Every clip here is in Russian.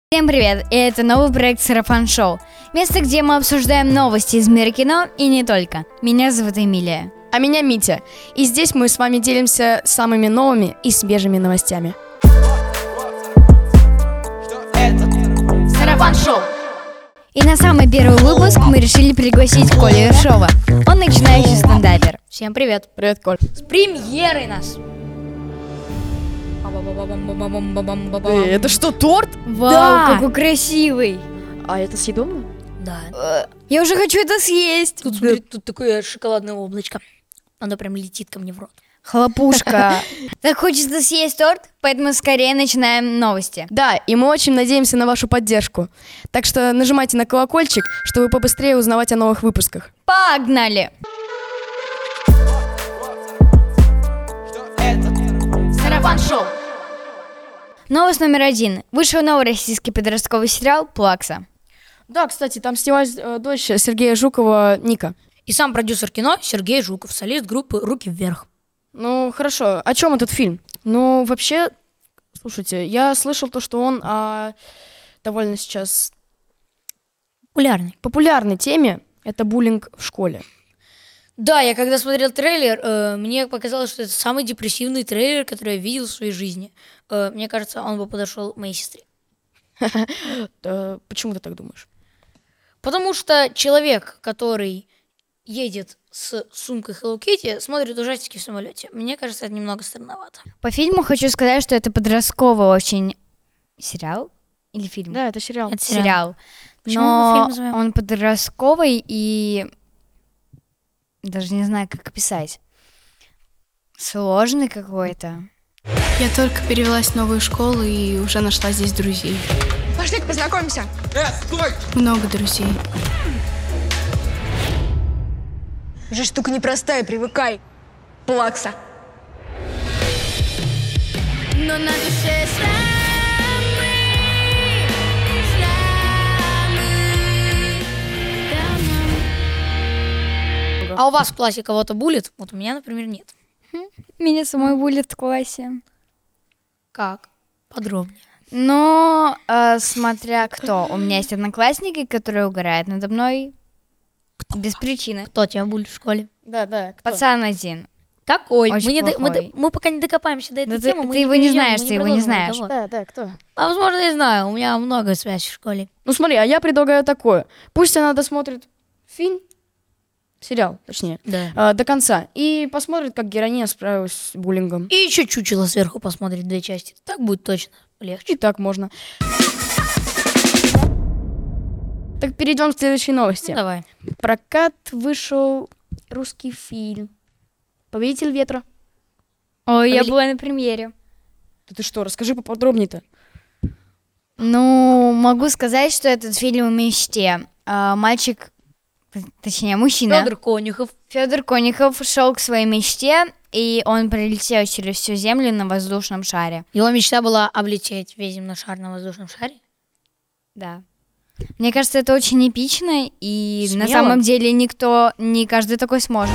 Всем привет, и это новый проект Сарафан Шоу. Место, где мы обсуждаем новости из мира кино и не только. Меня зовут Эмилия. А меня Митя. И здесь мы с вами делимся самыми новыми и свежими новостями. Сарафан Шоу. И на самый первый выпуск мы решили пригласить Колю Ершова. Он начинающий стендапер. Всем привет. Привет, Коль. С премьерой нас. Это что, торт? Вау, Да. какой красивый. А это съедобно? Да. Я уже хочу это съесть. Тут, смотри, тут такое шоколадное облачко. Оно прям летит ко мне в рот. Хлопушка. Так хочется съесть торт, поэтому скорее начинаем новости. Да, и мы очень надеемся на вашу поддержку. Так что нажимайте на колокольчик, чтобы побыстрее узнавать о новых выпусках. Погнали! Сарафан Шоу. Новость номер 1. Вышел новый российский подростковый сериал «Плакса». Да, кстати, там снялась дочь Сергея Жукова Ника. И сам продюсер кино Сергей Жуков, солист группы «Руки вверх». Ну, хорошо. О чем этот фильм? Ну, вообще, слушайте, я слышал то, что он о довольно сейчас популярной теме. Это буллинг в школе. Да, я когда смотрел трейлер, мне показалось, что это самый депрессивный трейлер, который я видел в своей жизни. Мне кажется, он бы подошел моей сестре. Почему ты так думаешь? Потому что человек, который едет с сумкой Hello Kitty, смотрит ужастики в самолете. Мне кажется, это немного странновато. По фильму хочу сказать, что это подростковый очень сериал или фильм? Да, это сериал. Это Сериал. Почему мы фильм Но называем? он подростковый и даже не знаю, как описать. Сложный какой-то. Я только перевелась в новую школу и уже нашла здесь друзей. Пошли познакомимся. Стой! Много друзей. Жизнь штука непростая, привыкай. Плакса. Но на душе А у вас в классе кого-то булит? Вот у меня, например, нет. Меня самой булит в классе. Как? Подробнее. Но смотря кто. У меня есть одноклассники, которые угорают надо мной без причины. Кто тебя булит в школе? Да. Кто? Пацан один. Какой? Очень плохой. Мы пока не докопаемся до этой Да темы. ты мы его не перейдем, знаешь, мы ты его не продолжим знаешь. разговор. Да, кто? А возможно, я знаю. У меня много связей в школе. Ну смотри, а я предлагаю такое. Пусть она досмотрит фильм, сериал, точнее, Да. до конца. И посмотрит, как героиня справилась с буллингом. И еще чучело сверху посмотрит 2 части. Так будет точно легче. И так можно. Так перейдем к следующей новости. Ну, давай. В прокат вышел русский фильм «Повелитель ветра». Ой, я была на премьере. Да ты что, расскажи поподробнее-то. Ну, могу сказать, что этот фильм о мечте. Мальчик, точнее, мужчина. Федор Конюхов. Федор Конюхов шел к своей мечте, и он прилетел через всю землю на воздушном шаре. Его мечта была облететь весь земной шар на воздушном шаре. Да. Мне кажется, это очень эпично, и на Смело. самом деле не каждый такой сможет.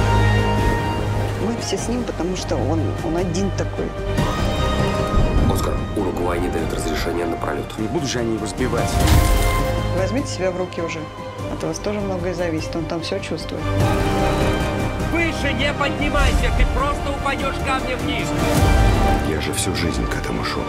Мы все с ним, потому что он один такой. Оскар, Уругвай не дает разрешения на пролет. Не будут же они его сбивать. Возьмите себя в руки уже. От вас тоже многое зависит, он там все чувствует. Выше не поднимайся, ты просто упадешь камнем вниз. Я же всю жизнь к этому шел.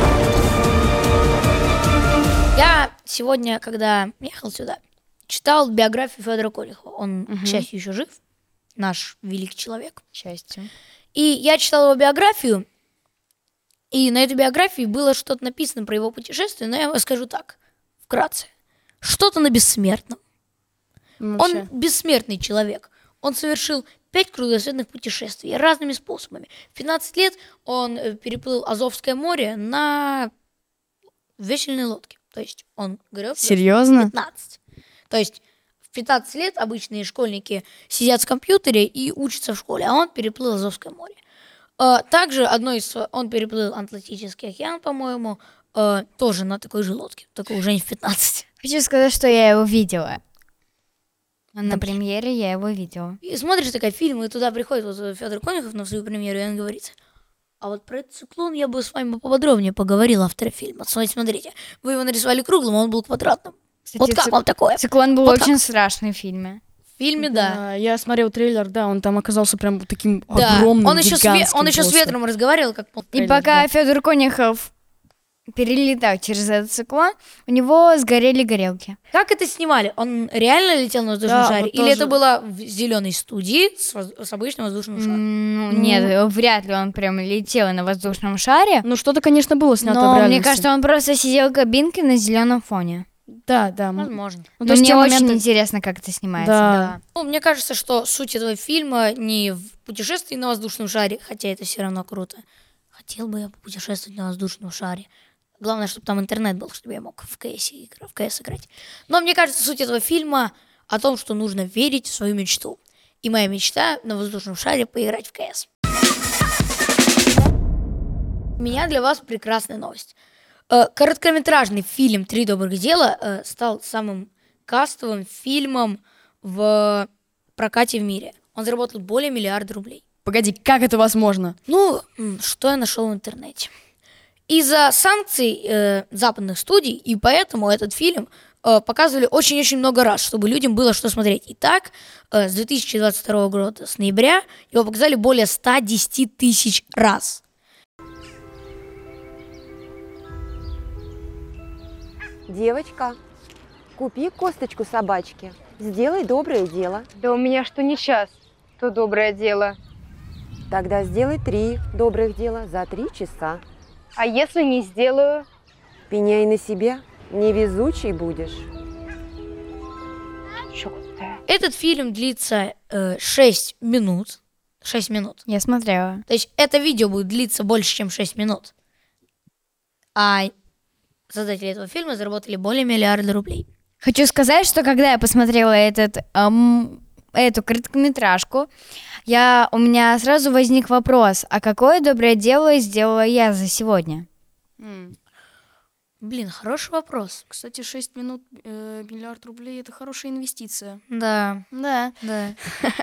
Я сегодня, когда ехал сюда, читал биографию Федора Конюхова. Он, к счастью, еще жив. Наш великий человек. К счастью. И я читал его биографию, и на этой биографии было что-то написано про его путешествие, но я вам скажу так, вкратце. Что-то на бессмертном. Он бессмертный человек. Он совершил 5 кругосветных путешествий разными способами. В 15 лет он переплыл Азовское море на весельной лодке. То есть он греб... Серьезно? 15. То есть в 15 лет обычные школьники сидят в компьютере и учатся в школе, а он переплыл Азовское море. Также он переплыл Атлантический океан, по-моему, тоже на такой же лодке, только уже не в 15. Хочу сказать, что я его видела. На премьере я его видела. И смотришь такой фильм, и туда приходит вот Федор Конюхов на свою премьеру, и он говорит: А вот про этот циклон я бы с вами поподробнее поговорил, авторы фильма. Смотрите, вы его нарисовали круглым, а он был квадратным. Кстати, Вот как вам такое? «Циклон» был Вот очень так. страшный в фильме. В фильме, да. Я смотрел трейлер, да, он там оказался прям таким Да, огромным, он еще, гигантским он еще с просто. ветром разговаривал, как И Трейлер, пока да. Федор Конюхов перелетал через этот циклон, у него сгорели горелки. Как это снимали? Он реально летел на воздушном Да, шаре? вот Или тоже. это было в зеленой студии с обычным воздушным шаром? Нет, вряд ли он прям летел на воздушном шаре. Ну, что-то, конечно, было снято в Но реальности. мне кажется, он просто сидел в кабинке на зеленом фоне. Да. Возможно. Ну, Но есть мне те очень моменты- интересно, как это снимается. Да. Ну, мне кажется, что суть этого фильма не в путешествии на воздушном шаре, хотя это все равно круто. Хотел бы я путешествовать на воздушном шаре. Главное, чтобы там интернет был, чтобы я мог в КС играть. Но мне кажется, суть этого фильма о том, что нужно верить в свою мечту. И моя мечта на воздушном шаре поиграть в КС. У меня для вас прекрасная новость. Короткометражный фильм «Три добрых дела» стал самым кастовым фильмом в прокате в мире. Он заработал более миллиарда рублей. Погоди, как это возможно? Ну, что я нашел в интернете? Из-за санкций западных студий, и поэтому этот фильм показывали очень-очень много раз, чтобы людям было что смотреть. Итак, с 2022 года, с ноября, его показали более 110 тысяч раз. Девочка, купи косточку собачке, сделай доброе дело. Да у меня что не час, то доброе дело. Тогда сделай 3 добрых дела за 3 часа. А если не сделаю? Пеняй на себя, невезучий будешь. Чёртая. Этот фильм длится 6 минут. 6 минут. Я смотрела. То есть это видео будет длиться больше, чем 6 минут. А создатели этого фильма заработали более миллиарда рублей. Хочу сказать, что когда я посмотрела эту короткометражку, у меня сразу возник вопрос, а какое доброе дело сделала я за сегодня? Блин, хороший вопрос. Кстати, 6 минут, миллиард рублей – это хорошая инвестиция. Да, Да. да.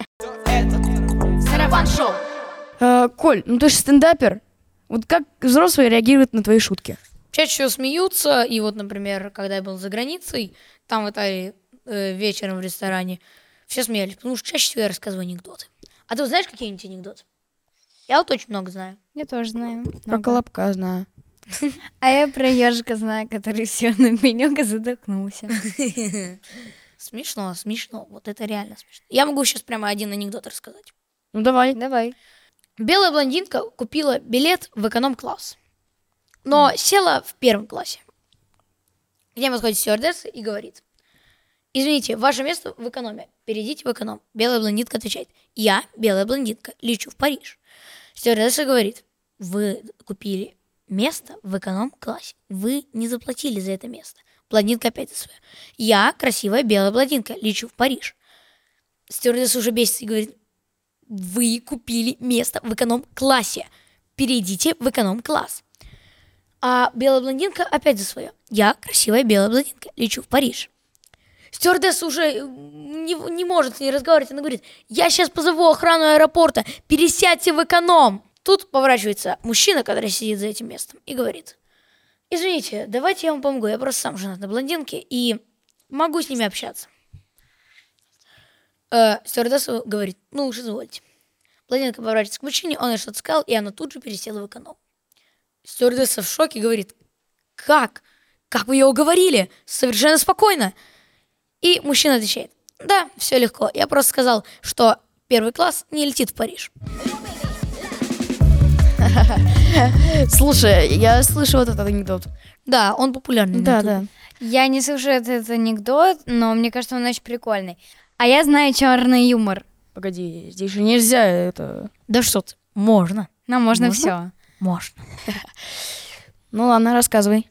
Коль, ну ты же стендапер. Вот как взрослые реагируют на твои шутки? Чаще всего смеются, и вот, например, когда я был за границей, там в Италии вечером в ресторане, все смеялись, потому что чаще всего я рассказываю анекдоты. А ты вот знаешь какие-нибудь анекдоты? Я вот очень много знаю. Я тоже знаю. Про Колобка знаю. А я про ежика знаю, который сел на пенек и задохнулся. Смешно, смешно. Вот это реально смешно. Я могу сейчас прямо один анекдот рассказать. Ну давай. Давай. Белая блондинка купила билет в эконом-класс, но села в первом классе. К ней подходит стюардесса и говорит: извините, ваше место в экономе, перейдите в эконом. Белая блондинка отвечает: я, белая блондинка, лечу в Париж. Стюардесса говорит: вы купили место в эконом-классе, вы не заплатили за это место. Блондинка опять за свое: я, красивая белая блондинка, лечу в Париж. Стюардесса уже бесится и говорит: вы купили место в эконом-классе, перейдите в эконом-класс. А белая блондинка опять за свое: я, красивая белая блондинка, лечу в Париж. Стюардесса уже не может с ней разговаривать. Она говорит: я сейчас позову охрану аэропорта, пересядьте в эконом. Тут поворачивается мужчина, который сидит за этим местом, и говорит: извините, давайте я вам помогу, я просто сам женат на блондинке и могу с ними общаться. Стюардесса говорит: ну уж извольте. Блондинка поворачивается к мужчине, он ей что-то сказал, и она тут же пересела в эконом. Стюардесса в шоке говорит: как? Как вы ее уговорили? Совершенно спокойно. И мужчина отвечает: да, все легко. Я просто сказал, что первый класс не летит в Париж. Слушай, я слышал этот анекдот. Да, он популярный. Да, на да. Ютубе. Я не слышу этот анекдот, но мне кажется, он очень прикольный. А я знаю черный юмор. Погоди, здесь же нельзя это... Да что ты, можно. Нам можно Можно? все. Можно. Ну ладно, рассказывай.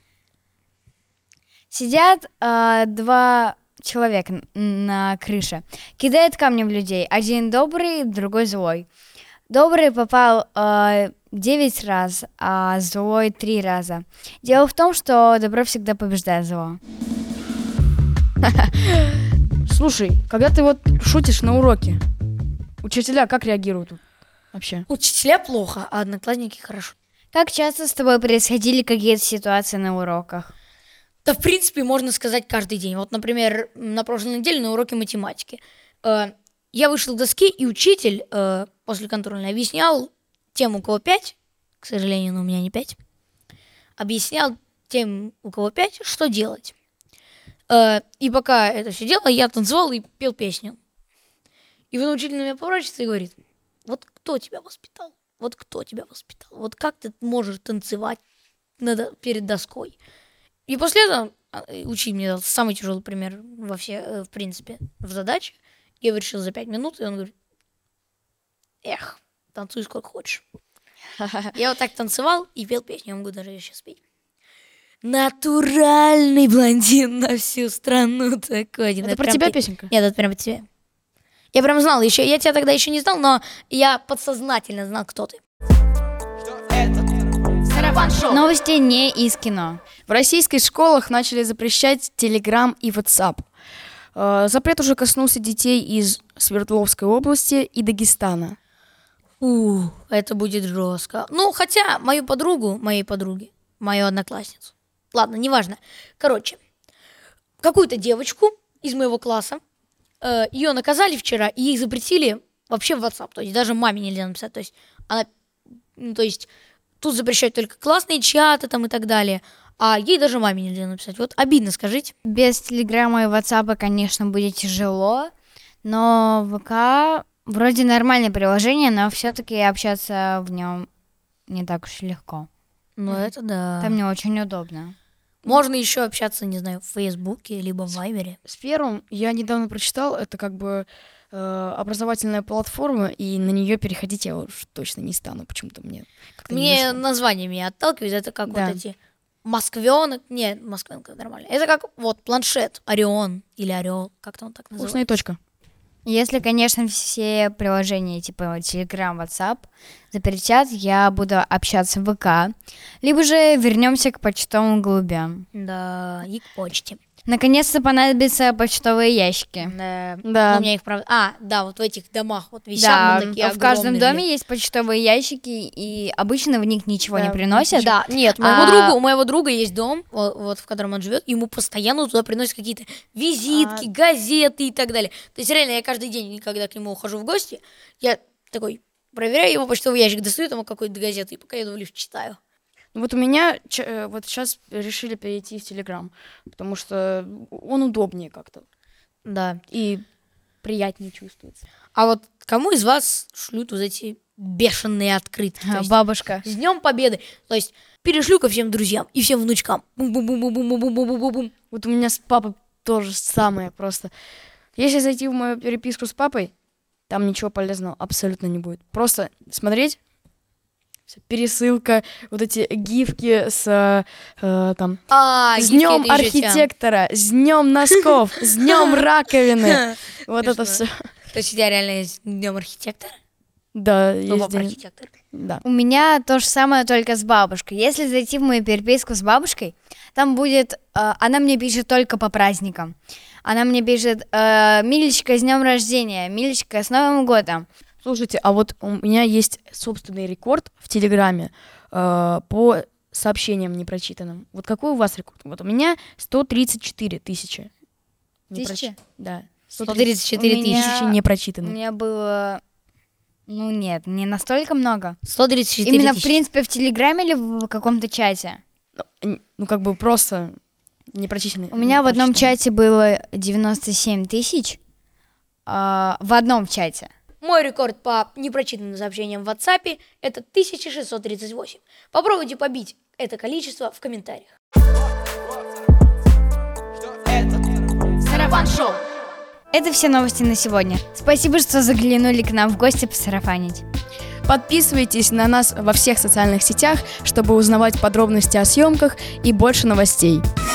Сидят 2 человека на крыше, кидают камни в людей. Один добрый, другой злой. Добрый попал 9 раз, а злой 3 раза. Дело в том, что добро всегда побеждает зло. Слушай, когда ты вот шутишь на уроке, учителя как реагируют? Вообще. Учителя плохо, а одноклассники хорошо. Как часто с тобой происходили какие-то ситуации на уроках? Да, в принципе, можно сказать каждый день. Вот, например, на прошлой неделе на уроке математики. Я вышел к доске, и учитель после контрольной объяснял тем, у кого 5, к сожалению, но у меня не 5, объяснял тем, у кого 5, что делать. И пока это все дело, я танцевал и пел песню. И вот учитель на меня поворачивается и говорит: вот кто тебя воспитал? Вот кто тебя воспитал? Вот как ты можешь танцевать перед доской? И после этого учитель мне дал самый тяжелый пример в принципе, в задаче. Я его решил за 5 минут, и он говорит: эх, танцуй сколько хочешь. Я вот так танцевал и пел песню, я могу даже ее сейчас петь. Натуральный блондин на всю страну такой. Это про тебя песенка? Нет, это прям про тебя. Я прям знал, я тебя тогда еще не знал, но я подсознательно знал, кто ты. Новости не из кино. В российских школах начали запрещать Telegram и WhatsApp. Запрет уже коснулся детей из Свердловской области и Дагестана. Это будет жестко. Ну, хотя мою одноклассницу. Ладно, неважно. Короче, какую-то девочку из моего класса, ее наказали вчера, и ей запретили вообще в WhatsApp. То есть даже маме нельзя написать. То есть тут запрещают только классные чаты там и так далее. А ей даже маме нельзя написать. Вот обидно, скажите. Без Телеграма и WhatsApp, конечно, будет тяжело, но ВК вроде нормальное приложение, но все-таки общаться в нем не так уж и легко. Ну, это да. Там не очень удобно. Можно еще общаться, не знаю, в Фейсбуке, либо в Вайбере. С первым я недавно прочитал, это как бы образовательная платформа, и на нее переходить я уж точно не стану, почему-то мне как-то Мне название меня отталкивает, это как Да. вот эти Москвенок, нет, Москвенок нормально. Это как вот планшет, Орион или Орел, как-то он так называется. Вкусная точка. Если, конечно, все приложения типа Telegram, WhatsApp запретят, я буду общаться в ВК, либо же вернемся к почтовым голубям. Да, и к почте. Наконец-то понадобятся почтовые ящики. Да. Да. У меня их, правда... да, вот в этих домах вот висят Да, вот такие в каждом огромные. доме есть почтовые ящики, и обычно в них ничего не Да, приносят. Да, нет, у моего друга есть дом, вот в котором он живет, ему постоянно туда приносят какие-то визитки, газеты и так далее. То есть реально я каждый день, когда к нему ухожу в гости, я такой проверяю его почтовый ящик, достаю там какую-то газету, и пока я иду в лифт читаю. Вот у меня вот сейчас решили перейти в Telegram, потому что он удобнее как-то Да. и приятнее чувствуется. А вот кому из вас шлют вот эти бешеные открытки? То есть Бабушка. с Днем Победы. То есть перешлю ко всем друзьям и всем внучкам. Бум-бум-бум-бум-бум-бум-бум-бум-бум. Вот у меня с папой тоже самое просто. Если зайти в мою переписку с папой, там ничего полезного абсолютно не будет. Просто смотреть, пересылка, вот эти гифки с там с днем архитектора, с днем носков, с днем раковины. Вот это все. То есть у тебя реально есть Днем архитектора? Да, Ну, есть папа день. архитектор. Да. У меня то же самое, только с бабушкой. Если зайти в мою переписку с бабушкой, там будет... она мне пишет только по праздникам. Она мне пишет: «Милечка, с днем рождения! Милечка, с Новым годом!» Слушайте, а вот у меня есть собственный рекорд в Телеграме по сообщениям непрочитанным. Вот какой у вас рекорд? Вот у меня 134 тысячи. Тысячи? Да. 134 У меня- тысячи У непрочитанных. меня было... Ну нет, не настолько много. 134 Именно, в тысячи. принципе, в Телеграме или в каком-то чате? Ну, как бы просто непрочитанные. У меня в одном чате было 97 тысяч. В одном чате. Мой рекорд по непрочитанным сообщениям в WhatsApp — это 1638. Попробуйте побить это количество в комментариях. Сарафан-шоу. Это все новости на сегодня. Спасибо, что заглянули к нам в гости посарафанить. Подписывайтесь на нас во всех социальных сетях, чтобы узнавать подробности о съемках и больше новостей.